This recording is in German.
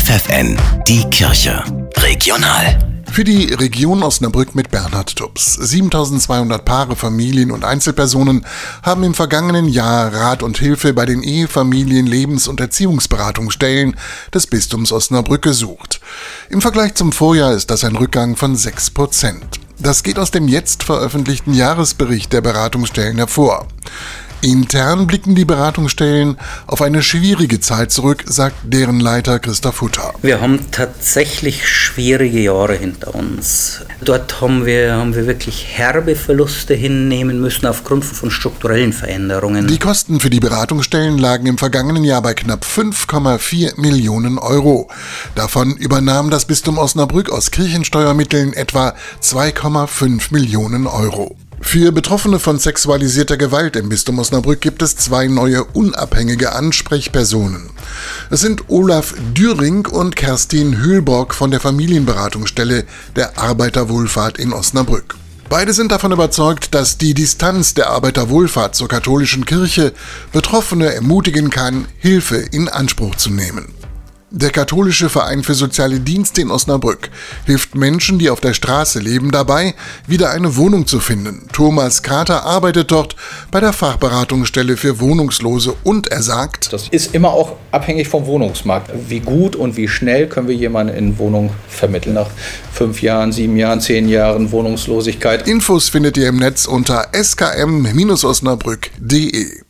FFN, die Kirche. Regional. Für die Region Osnabrück mit Bernhard Tubbs. 7200 Paare, Familien und Einzelpersonen haben im vergangenen Jahr Rat und Hilfe bei den Ehe-, Familien-, Lebens- und Erziehungsberatungsstellen des Bistums Osnabrück gesucht. Im Vergleich zum Vorjahr ist das ein Rückgang von 6%. Das geht aus dem jetzt veröffentlichten Jahresbericht der Beratungsstellen hervor. Intern blicken die Beratungsstellen auf eine schwierige Zeit zurück, sagt deren Leiter Christoph Hutter. Wir haben tatsächlich schwierige Jahre hinter uns. Dort haben wir wirklich herbe Verluste hinnehmen müssen aufgrund von strukturellen Veränderungen. Die Kosten für die Beratungsstellen lagen im vergangenen Jahr bei knapp 5,4 Millionen Euro. Davon übernahm das Bistum Osnabrück aus Kirchensteuermitteln etwa 2,5 Millionen Euro. Für Betroffene von sexualisierter Gewalt im Bistum Osnabrück gibt es 2 neue unabhängige Ansprechpersonen. Es sind Olaf Düring und Kerstin Höhlbrock von der Familienberatungsstelle der Arbeiterwohlfahrt in Osnabrück. Beide sind davon überzeugt, dass die Distanz der Arbeiterwohlfahrt zur katholischen Kirche Betroffene ermutigen kann, Hilfe in Anspruch zu nehmen. Der Katholische Verein für soziale Dienste in Osnabrück hilft Menschen, die auf der Straße leben, dabei, wieder eine Wohnung zu finden. Thomas Krater arbeitet dort bei der Fachberatungsstelle für Wohnungslose und er sagt: Das ist immer auch abhängig vom Wohnungsmarkt. Wie gut und wie schnell können wir jemanden in Wohnung vermitteln nach 5 Jahren, 7 Jahren, 10 Jahren Wohnungslosigkeit. Infos findet ihr im Netz unter skm-osnabrück.de.